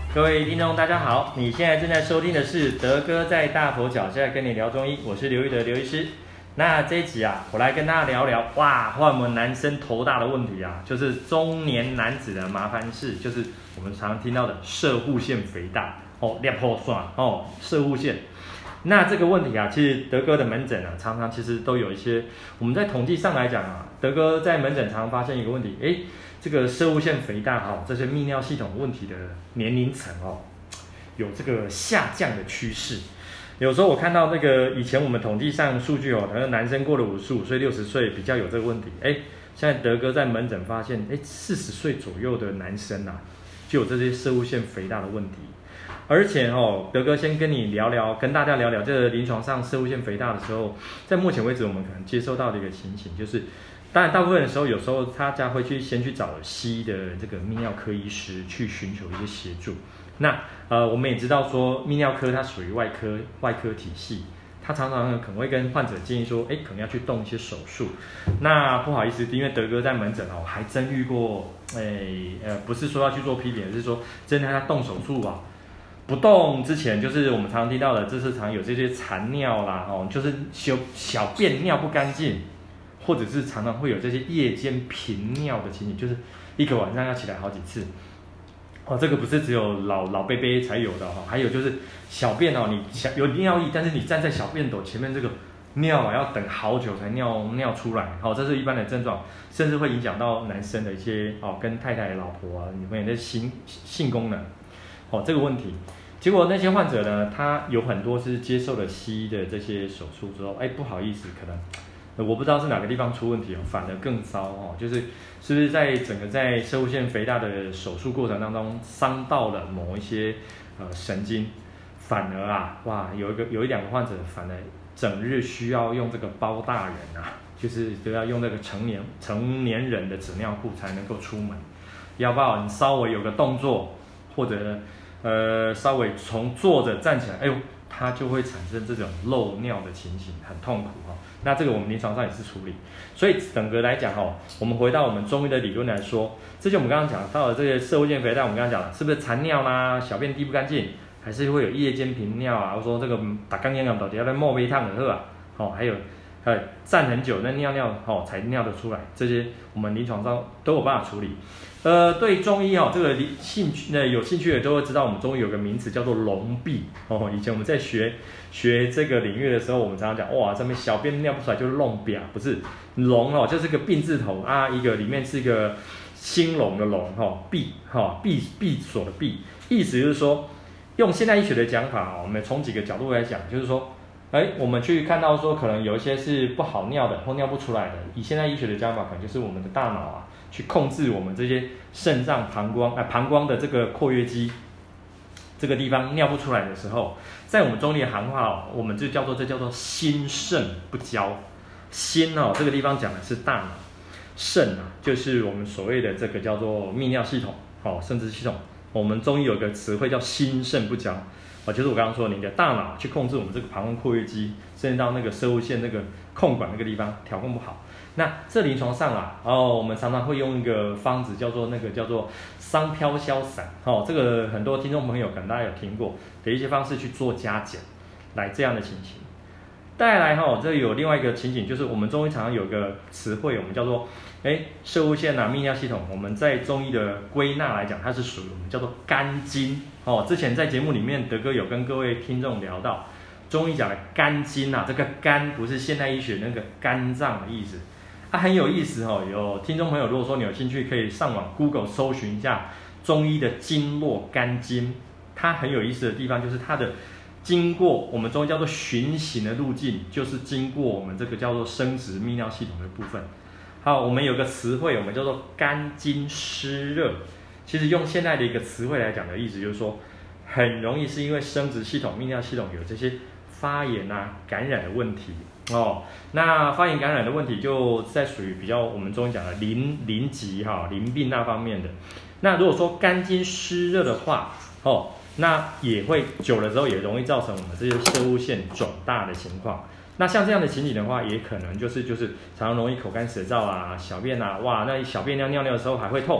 各位听众大家好，你现在正在收听的是德哥在大佛脚下跟你聊中医，我是刘玉德刘医师。那这一集啊，我来跟大家聊聊，换我们男生头大的问题啊，就是中年男子的麻烦事，就是我们常听到的摄护腺肥大裂破蒜摄护腺。那这个问题啊，其实德哥的门诊啊，常常其实都有一些，我们在统计上来讲啊，德哥在门诊常发现一个问题，这个摄护腺肥大这些泌尿系统问题的年龄层有这个下降的趋势。有时候我看到那个以前我们统计上数据可能男生过了55岁、60岁比较有这个问题，现在德哥在门诊发现，40岁左右的男生啊，就有这些摄护腺肥大的问题。而且德哥先跟大家聊聊这个临床上摄护腺肥大的时候，在目前为止我们可能接受到的一个情形，就是当然大部分的时候，有时候大家会先去找西医的这个泌尿科医师去寻求一些协助。那我们也知道说泌尿科它属于外科体系，它常常可能会跟患者建议说，可能要去动一些手术。那不好意思，因为德哥在门诊还真遇过，不是说要去做批评，而是说真的他动手术不动之前，就是我们常常听到的，这是常有这些残尿啦，就是小便尿不干净，或者是常常会有这些夜间频尿的情形，就是一个晚上要起来好几次。这个不是只有老伯伯才有的还有就是小便你有尿意，但是你站在小便斗前面，这个尿要等好久才尿出来，这是一般的症状，甚至会影响到男生的一些跟太太、老婆女朋友的性功能这个问题。结果那些患者呢，他有很多是接受了西医的这些手术之后，不好意思，可能我不知道是哪个地方出问题反而更糟就是是不是在整个在摄护腺肥大的手术过程当中伤到了某一些神经，反而有一两个患者反而整日需要用这个包大人就是都要用这个成年人的纸尿裤才能够出门，要不然你稍微有个动作或者稍微从坐着站起来，它就会产生这种漏尿的情形，很痛苦那这个我们临床上也是处理，所以整个来讲我们回到我们中医的理论来说，这就我们刚刚讲到的这个摄护腺肥大，我们刚刚讲了是不是残尿啦，小便滴不干净，还是会有夜间频尿或者说这个打刚烟到底要在冒杯烫的还有站很久那尿才尿得出来，这些我们临床上都有办法处理。对中医这个有兴趣的都会知道，我们中医有个名词叫做癃闭以前我们在学这个领域的时候，我们常常讲上面小便尿不出来就是癃闭不是癃就是个病字头一个里面是一个兴隆的隆闭锁的闭，意思就是说用现代医学的讲法我们从几个角度来讲，就是说我们去看到说可能有一些是不好尿的或尿不出来的，以现代医学的讲法，可能就是我们的大脑去控制我们这些肾脏膀胱的这个括约肌这个地方尿不出来的时候，在我们中医的行话我们这叫做心肾不交。心这个地方讲的是大脑，肾就是我们所谓的这个叫做泌尿系统生殖系统。我们中医有一个词汇叫心肾不交就是我刚刚说你的大脑去控制我们这个膀胱括约肌，甚至到那个摄护腺那个控管那个地方调控不好。那这临床上我们常常会用一个方子叫做桑飘消散这个很多听众朋友可能大家有听过的一些方式去做加减来这样的情形。再来这有另外一个情景，就是我们中医常常有个词汇，我们叫做摄护腺泌尿系统，我们在中医的归纳来讲，它是属于我们叫做肝经之前在节目里面德哥有跟各位听众聊到中医讲的肝经这个肝不是现代医学那个肝脏的意思很有意思有听众朋友如果说你有兴趣，可以上网 Google 搜寻一下中医的经络肝经。它很有意思的地方就是它的经过我们中医叫做循行的路径，就是经过我们这个叫做生殖泌尿系统的部分。好，我们有个词汇，我们叫做肝经湿热。其实用现在的一个词汇来讲的意思就是说，很容易是因为生殖系统、泌尿系统有这些发炎感染的问题那发炎感染的问题就在属于比较我们中医讲的淋疾淋病那方面的。那如果说肝经湿热的话那也会久了之后也容易造成我们这些摄护腺肿大的情况。那像这样的情景的话，也可能就是常常容易口干舌燥小便那小便尿的时候还会痛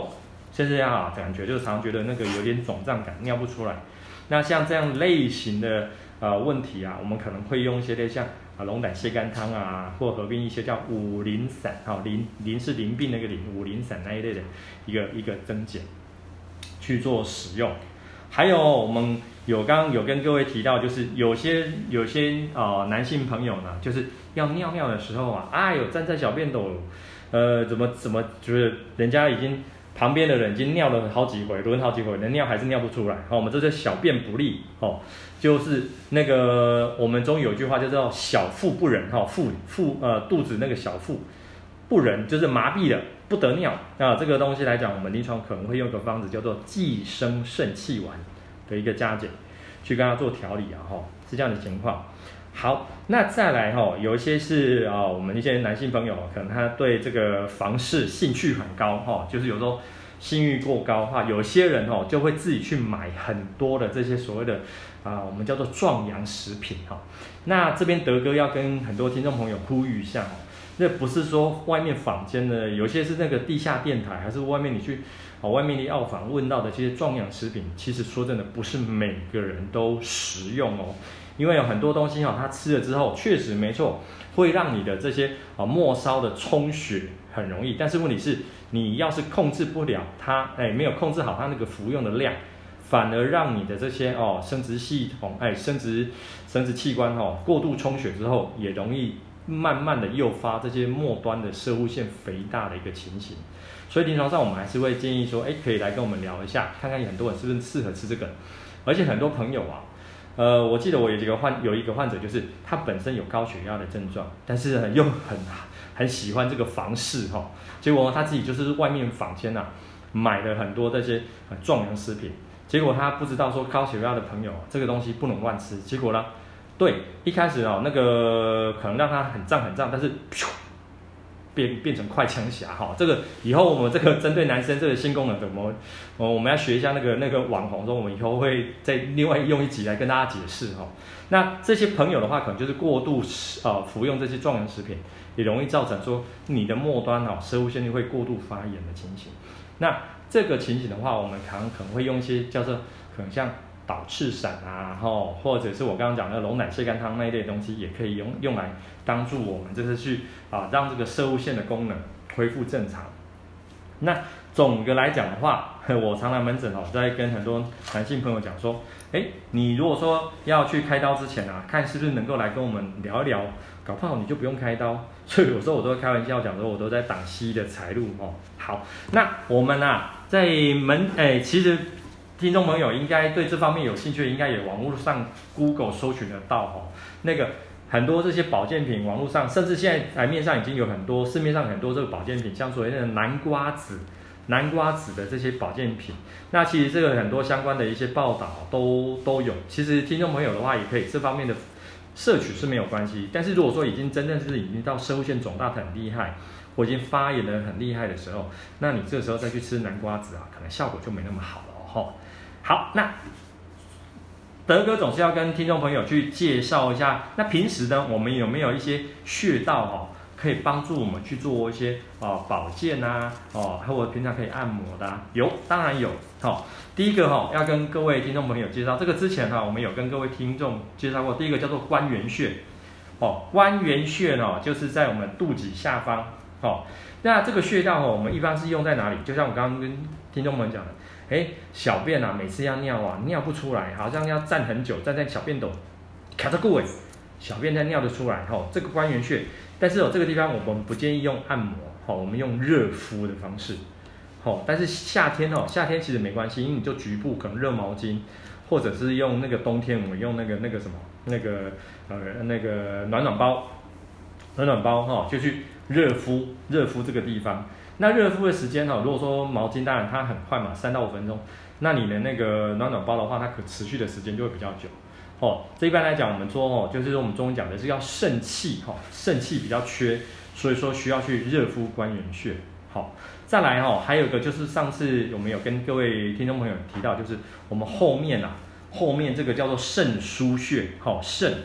甚至感觉就常觉得那个有点肿胀感，尿不出来。那像这样类型的问题啊，我们可能会用一些类像龙胆泻肝汤啊，或合并一些叫五苓散，苓是淋病那个苓，五苓散那一类的一个增减去做使用。还有我们刚刚有跟各位提到，就是有些男性朋友呢，就是要尿尿的时候啊，哎呦站在小便斗，怎么就是人家已经旁边的人已经尿了好几回，轮好几回，能尿还是尿不出来。我们这是小便不利就是那个我们中有一句话就叫小腹不仁肚子那个小腹不仁，就是麻痹了不得尿。那这个东西来讲，我们临床可能会用一个方子叫做寄生肾气丸的一个加减，去跟它做调理是这样的情况。好，那再来有一些是我们一些男性朋友可能他对这个房事兴趣很高就是有时候性欲过高的话，有些人就会自己去买很多的这些所谓的我们叫做壮阳食品那这边德哥要跟很多听众朋友呼吁一下那不是说外面坊间的，有些是那个地下电台，还是外面你去外面的药房问到的这些壮阳食品，其实说真的不是每个人都食用因为有很多东西它吃了之后，确实没错，会让你的这些末梢的充血很容易，但是问题是你要是控制不了它，没有控制好它那个服用的量，反而让你的这些生殖系统生殖器官过度充血之后，也容易慢慢的诱发这些末端的攝護腺肥大的一个情形。所以临床上我们还是会建议说，可以来跟我们聊一下，看看很多人是不是适合吃这个。而且很多朋友我记得我有一个患者，就是他本身有高血压的症状，但是又很喜欢这个房事结果他自己就是外面坊间买了很多这些壮阳食品，结果他不知道说高血压的朋友这个东西不能乱吃，结果呢，对，一开始那个可能让他很胀，但是变成快枪侠这个以后我们这个针对男生这个性功能怎么我们要学一下那个网红，说我们以后会再另外用一集来跟大家解释那这些朋友的话，可能就是过度服用这些壮阳食品，也容易造成说你的末端攝護腺会过度发炎的情形。那这个情形的话，我们可能会用一些叫做可能像导赤散或者是我刚刚讲的龙胆泻肝汤那一类的东西，也可以用来帮助我们就是去让这个攝護腺的功能恢复正常。那总的来讲的话，我常来门诊在跟很多男性朋友讲说，你如果说要去开刀之前看是不是能够来跟我们聊一聊，搞不好你就不用开刀。所以有时候我都会开玩笑讲说，我都在挡西医的财路好，那我们在其实听众朋友应该对这方面有兴趣，应该也网络上 Google 搜寻得到那个很多这些保健品，网络上甚至现在台面上已经有市面上很多这个保健品，像所谓的南瓜子的这些保健品，那其实这个很多相关的一些报道都有。其实听众朋友的话，也可以这方面的摄取是没有关系，但是如果说已经真正是已经到攝護腺肿大很厉害，或已经发炎的很厉害的时候，那你这个时候再去吃南瓜子可能效果就没那么好了好，那德哥总是要跟听众朋友去介绍一下，那平时呢，我们有没有一些穴道可以帮助我们去做一些保健或者平常可以按摩的有，当然有第一个要跟各位听众朋友介绍，这个之前我们有跟各位听众介绍过，第一个叫做关元穴关元穴就是在我们肚脐下方那这个穴道我们一般是用在哪里？就像我刚刚跟听众们讲的，小便每次要尿尿不出来，好像要站很久，站在小便斗卡着固小便才尿得出来这个关元穴。但是这个地方我们不建议用按摩我们用热敷的方式但是夏天其实没关系，因为你就局部可能热毛巾，或者是用那个冬天我们用那个什么那个暖暖包就去热敷这个地方。那热敷的时间如果说毛巾当然它很快嘛，3到5分钟，那你的那个暖包的话，它可持续的时间就会比较久这一般来讲我们说就是我们中文讲的是要肾气肾气比较缺，所以说需要去热敷关元穴再来还有一个就是上次我们有跟各位听众朋友提到，就是我们后面这个叫做肾腧穴肾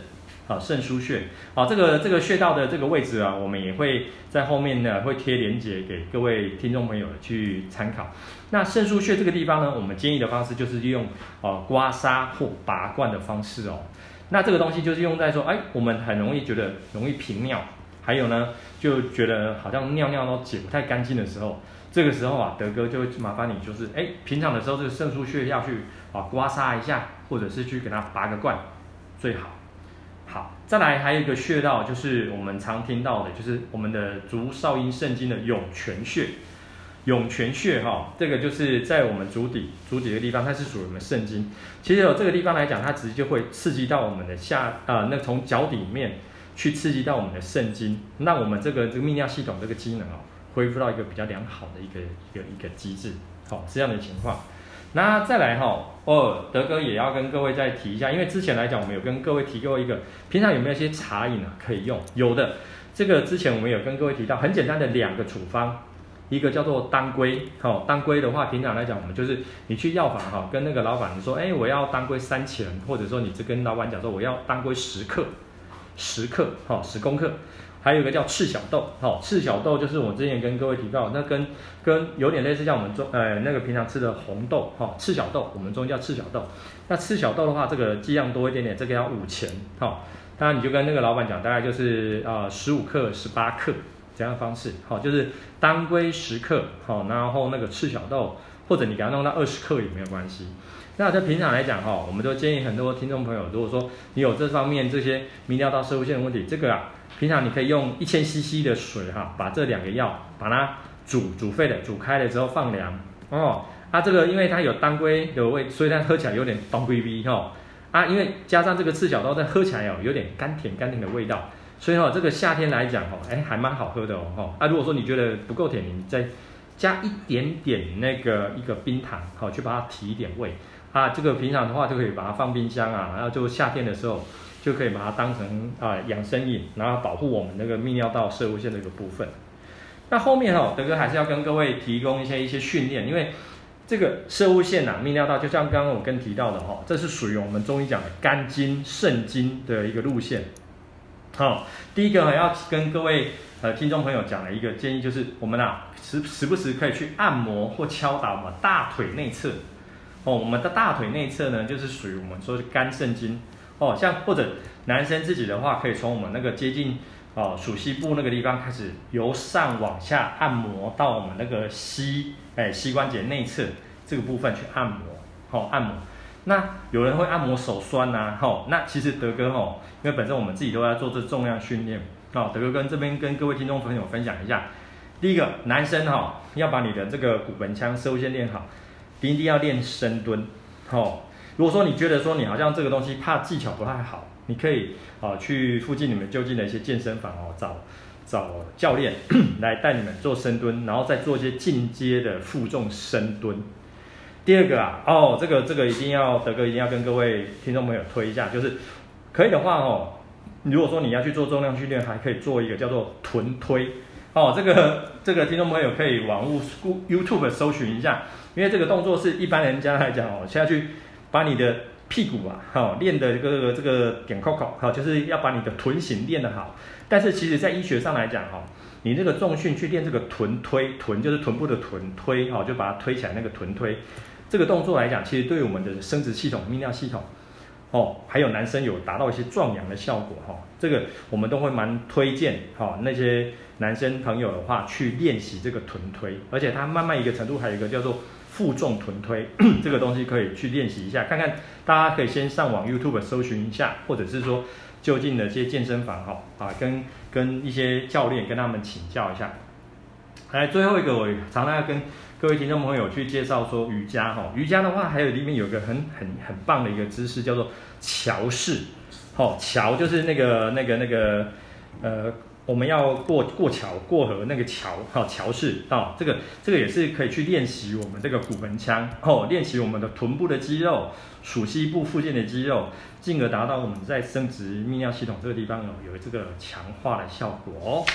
肾腧穴。这个穴道的这个位置啊，我们也会在后面呢会贴连结给各位听众朋友去参考。那肾腧穴这个地方呢，我们建议的方式就是用刮痧或拔罐的方式哦。那这个东西就是用在说，我们很容易觉得容易频尿，还有呢就觉得好像尿尿都解不太干净的时候，这个时候啊，德哥就会麻烦你就是平常的时候这个肾腧穴要去刮痧一下，或者是去给它拔个罐最好。好，再来还有一个穴道就是我们常听到的，就是我们的足少阴肾经的涌泉穴。涌泉穴这个就是在我们足底的地方，它是属于我们肾经。其实这个地方来讲，它直接就会刺激到我们的那从脚底面去刺激到我们的肾经，让我们这个泌尿系统这个机能恢复到一个比较良好的一个机制。这样的情况。那再来德哥也要跟各位再提一下，因为之前来讲我们有跟各位提过一个，平常有没有一些茶饮可以用？有的，这个之前我们有跟各位提到很简单的2个处方。一个叫做当归，当归的话，平常来讲，我们就是你去药房跟那个老板你说，我要当归3钱，或者说你跟老板讲说我要当归10克，10公克。还有一个叫赤小豆，赤小豆就是我之前跟各位提到，那跟有点类似像我们那个平常吃的红豆，赤小豆，我们中叫赤小豆。那赤小豆的话，这个剂量多一点点，这个要5钱，当然你就跟那个老板讲，大概就是15克、18克。这样的方式，就是当归10克，然后那个赤小豆，或者你给它弄到20克也没有关系。那在平常来讲，我们都建议很多听众朋友，如果说你有这方面这些泌尿道摄护腺的问题，这个平常你可以用1000cc 的水把这2个药把它煮沸了，煮开了之后放凉这个因为它有当归的味，所以它喝起来有点当归味因为加上这个赤小豆，它喝起来有点甘甜的味道。所以这个夏天来讲还蛮好喝的如果说你觉得不够甜，你再加一点点那个一个冰糖去把它提一点味这个平常的话就可以把它放冰箱然后就夏天的时候就可以把它当成养生饮，然后保护我们那个泌尿道摄护腺的一个部分。那后面德哥还是要跟各位提供一些训练，因为这个摄护腺泌尿道就像刚刚我跟提到的这是属于我们中医讲的肝经、肾经的一个路线。第一个要跟各位听众朋友讲的一个建议就是，我们时不时可以去按摩或敲打我们大腿内侧。我们的大腿内侧呢，就是属于我们说的肝肾经。像或者男生自己的话，可以从我们那个接近属膝部那个地方开始，由上往下按摩到我们那个膝关节内侧这个部分去按摩。按摩。那有人会按摩手酸那其实德哥因为本身我们自己都在做这重量训练德哥这边跟各位听众朋友分享一下。第一个，男生要把你的这个骨盆腔摄护腺练好，一定要练深蹲如果说你觉得说你好像这个东西怕技巧不太好，你可以去附近你们就近的一些健身房找教练来带你们做深蹲，然后再做一些进阶的负重深蹲。第二个这个一定要德哥一定要跟各位听众朋友推一下，就是可以的话如果说你要去做重量训练，还可以做一个叫做臀推这个听众朋友可以网络 YouTube 搜寻一下，因为这个动作是一般人家来讲下去把你的屁股练的这个点扣扣就是要把你的臀型练得好。但是其实在医学上来讲你这个重训去练这个臀推，臀就是臀部的臀推就把它推起来那个臀推。这个动作来讲，其实对我们的生殖系统、泌尿系统，还有男生有达到一些壮阳的效果这个我们都会蛮推荐那些男生朋友的话去练习这个臀推，而且它慢慢一个程度还有一个叫做负重臀推这个东西可以去练习一下，看看大家可以先上网 YouTube 搜寻一下，或者是说就近的这些健身房跟一些教练跟他们请教一下。来，最后一个我常常要跟各位听众朋友去介绍说瑜伽瑜伽的话，还有里面有一个很棒的一个姿势叫做桥式桥就是那个我们要过桥过河那个桥式这个也是可以去练习我们这个骨盆腔练习我们的臀部的肌肉、属膝部附近的肌肉，进而达到我们在生殖泌尿系统这个地方有这个强化的效果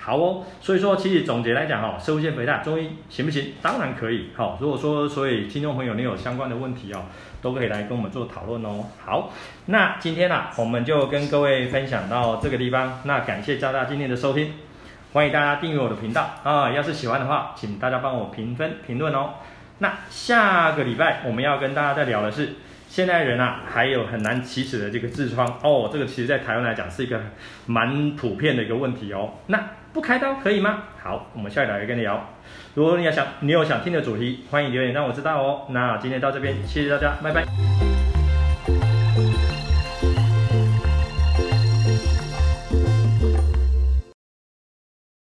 好哦，所以说其实总结来讲哈，射物线肥大中医行不行？当然可以。好，如果说所以听众朋友你有相关的问题哦，都可以来跟我们做讨论哦。好，那今天我们就跟各位分享到这个地方。那感谢大家今天的收听，欢迎大家订阅我的频道啊。要是喜欢的话，请大家帮我评分评论哦。那下个礼拜我们要跟大家再聊的是。现代人还有很难启齿的这个痔疮哦，这个其实在台湾来讲是一个蛮普遍的一个问题哦。那不开刀可以吗？好，我们下一来跟你聊。如果你有想听的主题，欢迎留言让我知道哦。那今天到这边，谢谢大家，拜拜。